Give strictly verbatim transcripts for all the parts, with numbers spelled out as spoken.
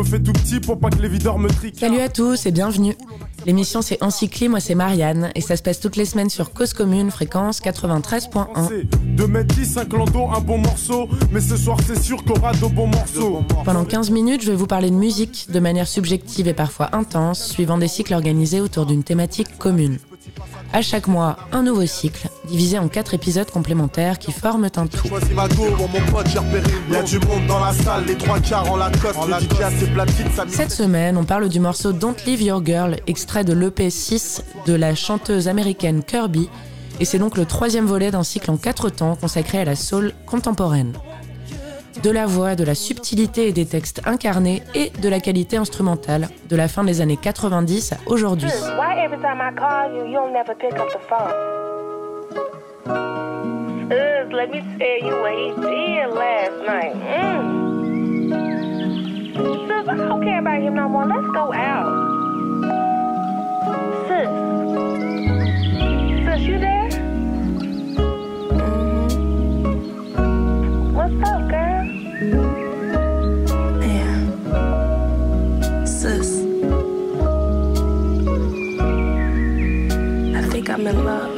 me fais tout petit pour pas que les videurs me triquent. Salut à tous et bienvenue. L'émission c'est Encycli, moi c'est Marianne et ça se passe toutes les semaines sur Cause Commune, fréquence quatre-vingt-treize point un. deux mètres dix, un clando, un bon morceau, mais ce soir c'est sûr qu'il y aura de bons morceaux. Pendant quinze minutes, je vais vous parler de musique de manière subjective et parfois intense, suivant des cycles organisés autour d'une thématique commune. À chaque mois, un nouveau cycle, divisé en quatre épisodes complémentaires qui forment un tout. Cette semaine, on parle du morceau Don't Leave Your Girl, extrait de l'E P six de la chanteuse américaine Kirby, et c'est donc le troisième volet d'un cycle en quatre temps consacré à la soul contemporaine. De la voix, de la subtilité et des textes incarnés et de la qualité instrumentale, de la fin des années quatre-vingt-dix à aujourd'hui. Why every time I call you, you don't never pick up the phone? Ugh, let me tell you what he did last night. Mm. Sis, I don't care about him no more. Let's go out. Sis. Sis, you there? Mm-hmm. What's up, girl? Yeah. Sis. I think I'm in love.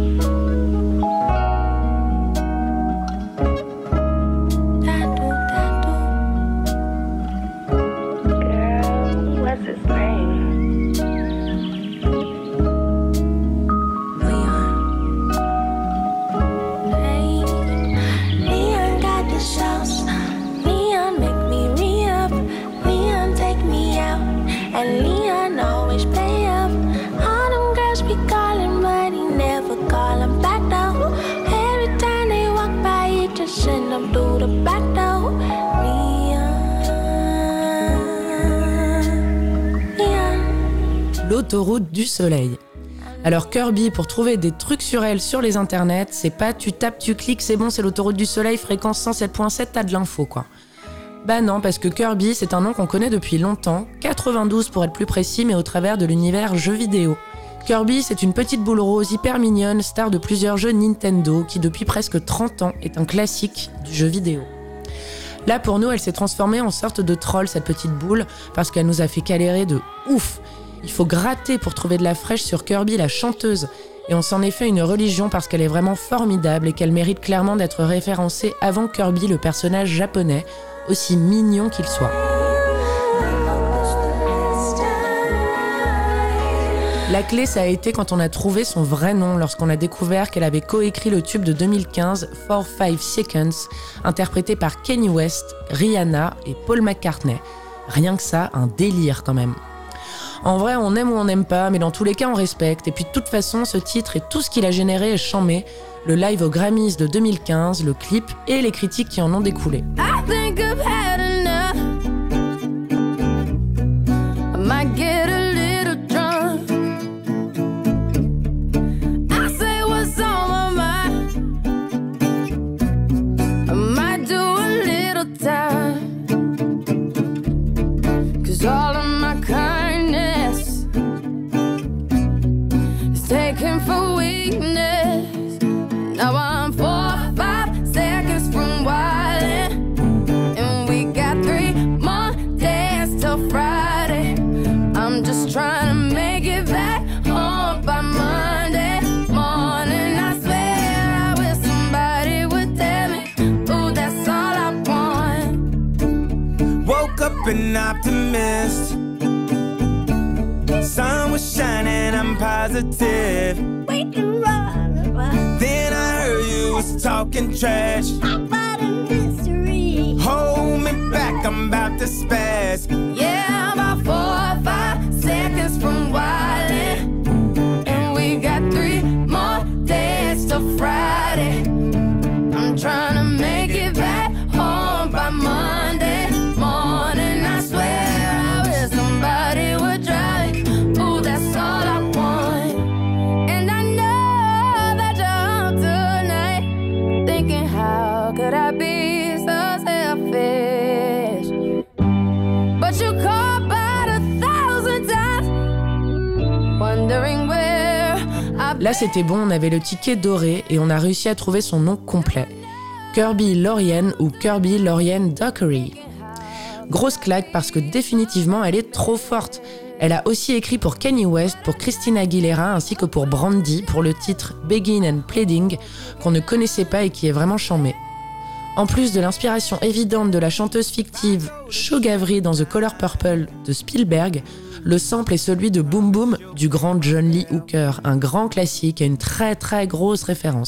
L'autoroute du soleil. Alors Kirby, pour trouver des trucs sur elle sur les internets, c'est pas tu tapes, tu cliques, c'est bon, c'est l'autoroute du soleil, fréquence cent sept point sept, t'as de l'info quoi. Bah non, parce que Kirby, c'est un nom qu'on connaît depuis longtemps, quatre-vingt-douze pour être plus précis, mais au travers de l'univers jeux vidéo. Kirby, c'est une petite boule rose hyper mignonne, star de plusieurs jeux Nintendo, qui depuis presque trente ans est un classique du jeu vidéo. Là pour nous, elle s'est transformée en sorte de troll cette petite boule, parce qu'elle nous a fait galérer de ouf. Il faut gratter pour trouver de la fraîche sur Kirby, la chanteuse. Et on s'en est fait une religion parce qu'elle est vraiment formidable et qu'elle mérite clairement d'être référencée avant Kirby, le personnage japonais, aussi mignon qu'il soit. La clé, ça a été quand on a trouvé son vrai nom, lorsqu'on a découvert qu'elle avait coécrit le tube de deux mille quinze, four five Seconds, interprété par Kanye West, Rihanna et Paul McCartney. Rien que ça, un délire quand même. En vrai, on aime ou on n'aime pas, mais dans tous les cas, on respecte. Et puis de toute façon, ce titre et tout ce qu'il a généré est chambé. Le live aux Grammys de deux mille quinze, le clip et les critiques qui en ont découlé. I think I've had enough. I might get a little drunk. I say what's on my mind. I might do a little time. 'Cause all of my kindness is taken for weakness. Now I'm four, five seconds from wildin', and we got three more days till Friday. I'm just trying to make it back home by Monday morning. I swear I wish somebody would tell me, ooh, that's all I want. Woke up an optimist. Sun was shining, I'm positive. Wait to run, run. Then I heard you was talking trash. I'm fighting mystery. Hold me back, I'm about to spaz. Yeah, about four or five seconds from wildin', and we got three more days till Friday. I'm trying to make it back home by Monday morning. I swear I wish somebody would drive me. Ooh, that's all I want. And I know that you're up tonight, thinking how could I be so selfish? But you called about a thousand times, wondering where I've been. Là, c'était bon, on avait le ticket doré et on a réussi à trouver son nom complet. Kirby Laurien ou Kirby Laurien Dockery. Grosse claque parce que définitivement elle est trop forte. Elle a aussi écrit pour Kanye West, pour Christina Aguilera ainsi que pour Brandy pour le titre Begging and Pleading qu'on ne connaissait pas et qui est vraiment chambé. En plus de l'inspiration évidente de la chanteuse fictive Sho Gavri dans The Color Purple de Spielberg, le sample est celui de Boom Boom du grand John Lee Hooker, un grand classique et une très très grosse référence.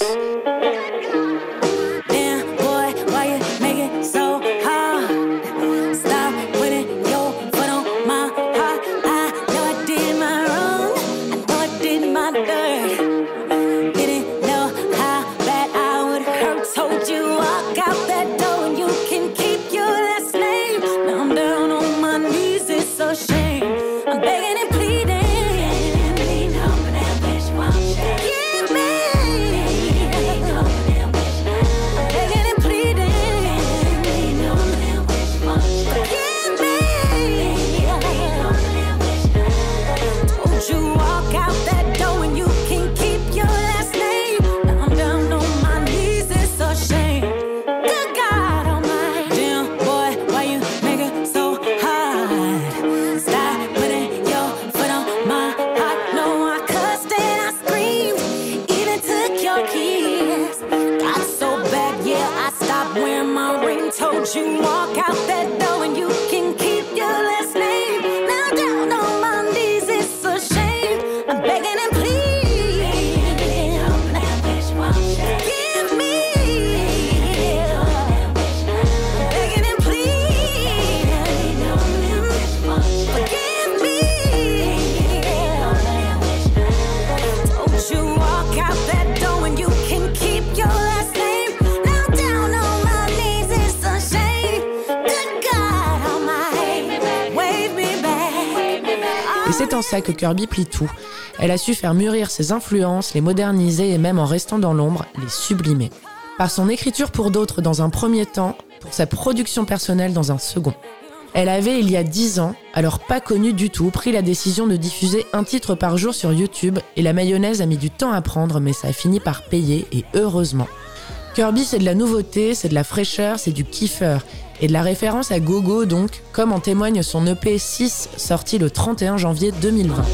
C'est en ça que Kirby plie tout. Elle a su faire mûrir ses influences, les moderniser et même en restant dans l'ombre, les sublimer. Par son écriture pour d'autres dans un premier temps, pour sa production personnelle dans un second. Elle avait, il y a dix ans, alors pas connue du tout, pris la décision de diffuser un titre par jour sur YouTube et la mayonnaise a mis du temps à prendre, mais ça a fini par payer et heureusement. Kirby, c'est de la nouveauté, c'est de la fraîcheur, c'est du kiffer. Et de la référence à Gogo donc, comme en témoigne son E P six sorti le trente et un janvier deux mille vingt.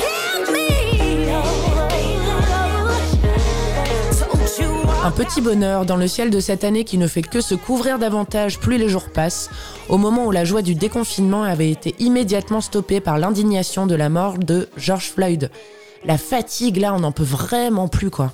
Un petit bonheur dans le ciel de cette année qui ne fait que se couvrir davantage plus les jours passent, au moment où la joie du déconfinement avait été immédiatement stoppée par l'indignation de la mort de George Floyd. La fatigue, là, on n'en peut vraiment plus, quoi.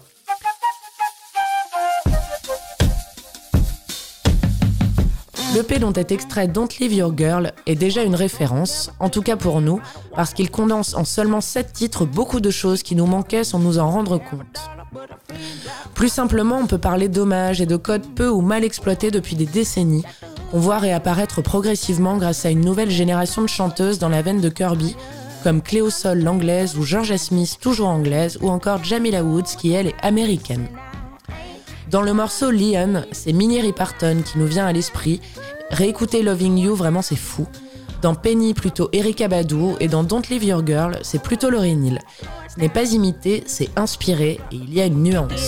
L'E P dont est extrait Don't Leave Your Girl est déjà une référence, en tout cas pour nous, parce qu'il condense en seulement sept titres beaucoup de choses qui nous manquaient sans nous en rendre compte. Plus simplement, on peut parler d'hommages et de codes peu ou mal exploités depuis des décennies, qu'on voit réapparaître progressivement grâce à une nouvelle génération de chanteuses dans la veine de Kirby, comme Cléo Sol l'anglaise ou Georgia Smith toujours anglaise, ou encore Jamila Woods qui elle est américaine. Dans le morceau Leon, c'est Minnie Riperton qui nous vient à l'esprit. Réécouter Loving You, vraiment c'est fou. Dans Penny, plutôt Erykah Badu, et dans Don't Leave Your Girl, c'est plutôt Lauryn Hill. Ce n'est pas imité, c'est inspiré, et il y a une nuance.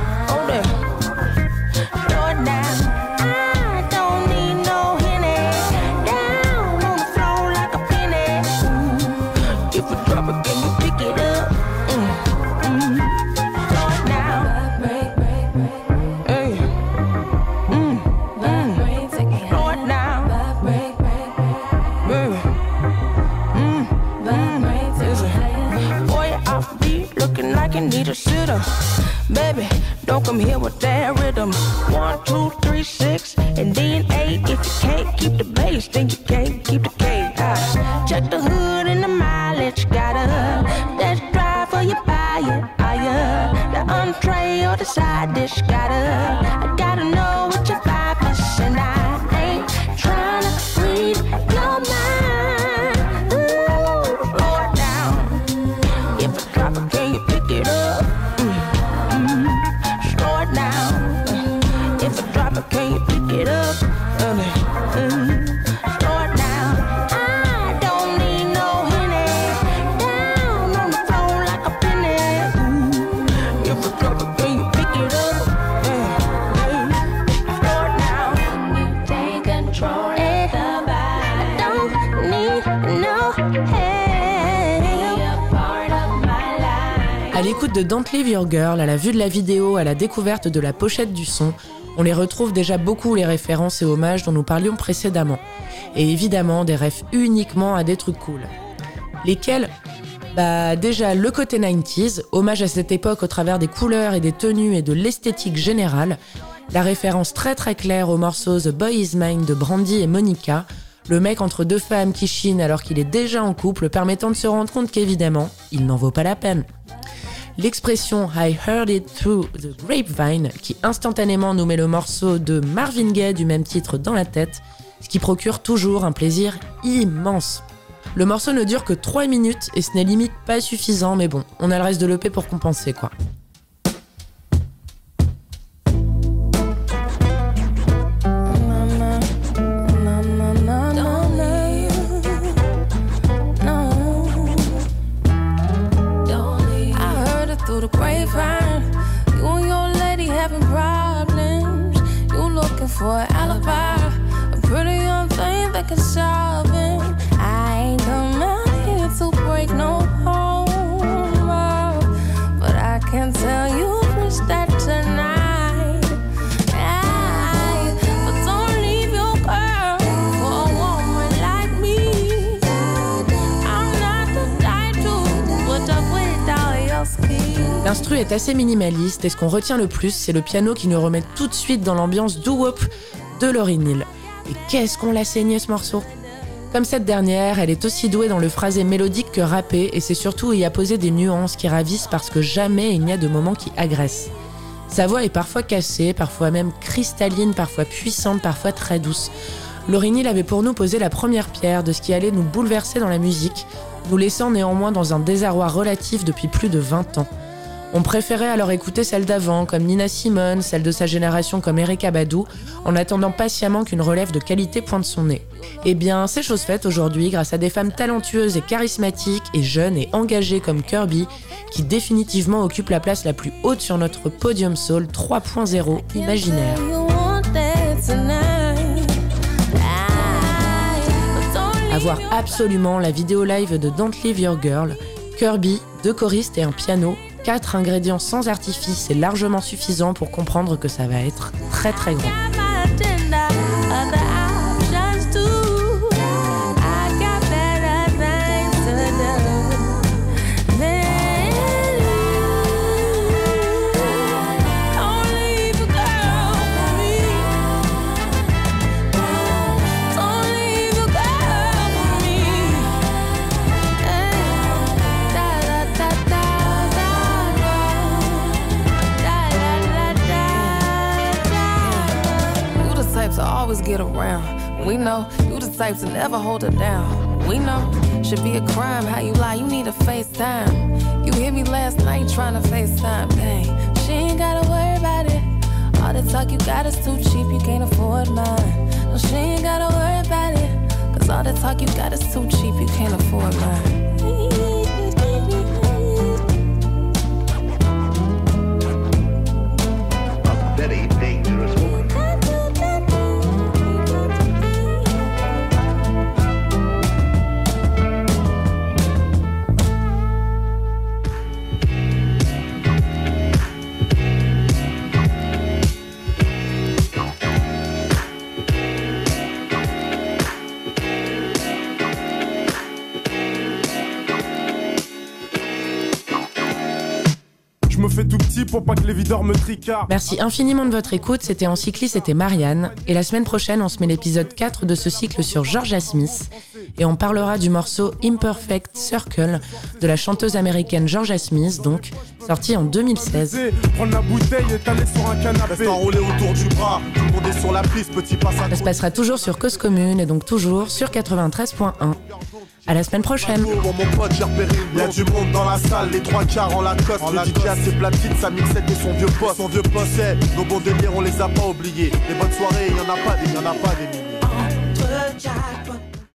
Need a sitter, baby. Don't come here with that rhythm. One, two, three, six, and then eight. If you can't keep the bass, then you can't keep the cake. Ah, check the hood and the mileage. Gotta test drive for you buy it. Higher the entree or the side dish. Gotta, I gotta know what your vibe is, and I ain't trying to read your mind. Ooh, slow it down. If I drop it, can you pick it up? Mm-hmm. Slow it down. Uh, if I drop it, can you pick it up? Mm-hmm. Slow it down. I don't need no Henny. Down on the floor like a penny. Ooh. If I drop it, can you pick it up? Mm-hmm. Slow it down. You take control of the vibe. À l'écoute de Don't Leave Your Girl, à la vue de la vidéo, à la découverte de la pochette du son, on les retrouve déjà beaucoup les références et hommages dont nous parlions précédemment. Et évidemment, des refs uniquement à des trucs cool. Lesquels ? Bah déjà le côté quatre-vingt-dix, hommage à cette époque au travers des couleurs et des tenues et de l'esthétique générale. La référence très très claire au morceau The Boy Is Mine de Brandy et Monica, le mec entre deux femmes qui chine alors qu'il est déjà en couple, permettant de se rendre compte qu'évidemment, il n'en vaut pas la peine. L'expression « I heard it through the grapevine » qui instantanément nous met le morceau de Marvin Gaye du même titre dans la tête, ce qui procure toujours un plaisir immense. Le morceau ne dure que trois minutes et ce n'est limite pas suffisant, mais bon, on a le reste de l'E P pour compenser quoi. For an alibi, a pretty young thing that can solve it. I ain't come out here to break no home, but I can tell you wish that tonight. I, but don't leave your girl for a woman like me. I'm not the type to put up with all your schemes. L'instru est assez minimaliste et ce qu'on retient le plus, c'est le piano qui nous remet tout de suite dans l'ambiance doo-wop de Lauryn Hill. Et qu'est-ce qu'on l'a saigné ce morceau ? Comme cette dernière, elle est aussi douée dans le phrasé mélodique que rappé et c'est surtout y apposer des nuances qui ravissent parce que jamais il n'y a de moments qui agressent. Sa voix est parfois cassée, parfois même cristalline, parfois puissante, parfois très douce. Lauryn Hill avait pour nous posé la première pierre de ce qui allait nous bouleverser dans la musique, nous laissant néanmoins dans un désarroi relatif depuis plus de vingt ans. On préférait alors écouter celle d'avant, comme Nina Simone, celle de sa génération comme Erykah Badu, en attendant patiemment qu'une relève de qualité pointe son nez. Eh bien, c'est chose faite aujourd'hui grâce à des femmes talentueuses et charismatiques, et jeunes et engagées comme Kirby, qui définitivement occupent la place la plus haute sur notre podium soul trois point zéro imaginaire. À voir absolument la vidéo live de Don't Leave Your Girl, Kirby, deux choristes et un piano, quatre ingrédients sans artifice est largement suffisant pour comprendre que ça va être très très grand. Always get around. We know you the type to never hold her down. We know should be a crime how you lie. You need a FaceTime. You hit me last night trying to FaceTime. Dang, she ain't gotta worry about it. All the talk you got is too cheap. You can't afford mine. No, she ain't gotta worry about it. Cause all the talk you got is too cheap. You can't afford mine. me fais tout petit pour pas que les videurs me tricardent. Merci infiniment de votre écoute, c'était Encycli, c'était Marianne. Et la semaine prochaine, on se met l'épisode quatre de ce cycle sur Georgia Smith. Et on parlera du morceau Imperfect Circle de la chanteuse américaine Georgia Smith, donc, sorti en deux mille seize. Prendre la bouteille et t'aller sur un canapé. Reste enroulé autour du bras, tout le monde est sur la piste, petit passe à. Ça se passera toujours sur Cause Commune et donc toujours sur quatre-vingt-treize point un. À la semaine prochaine. Mon pote, j'ai repéré une Y'a du monde dans la salle, les trois quarts en Lacoste. Le D J a ses platines, sa mixette et son vieux poste. Son vieux poste, c'est nos bons délires, on les a pas oubliés. Les bonnes soirées, y'en a pas des, y'en a pas des milliers.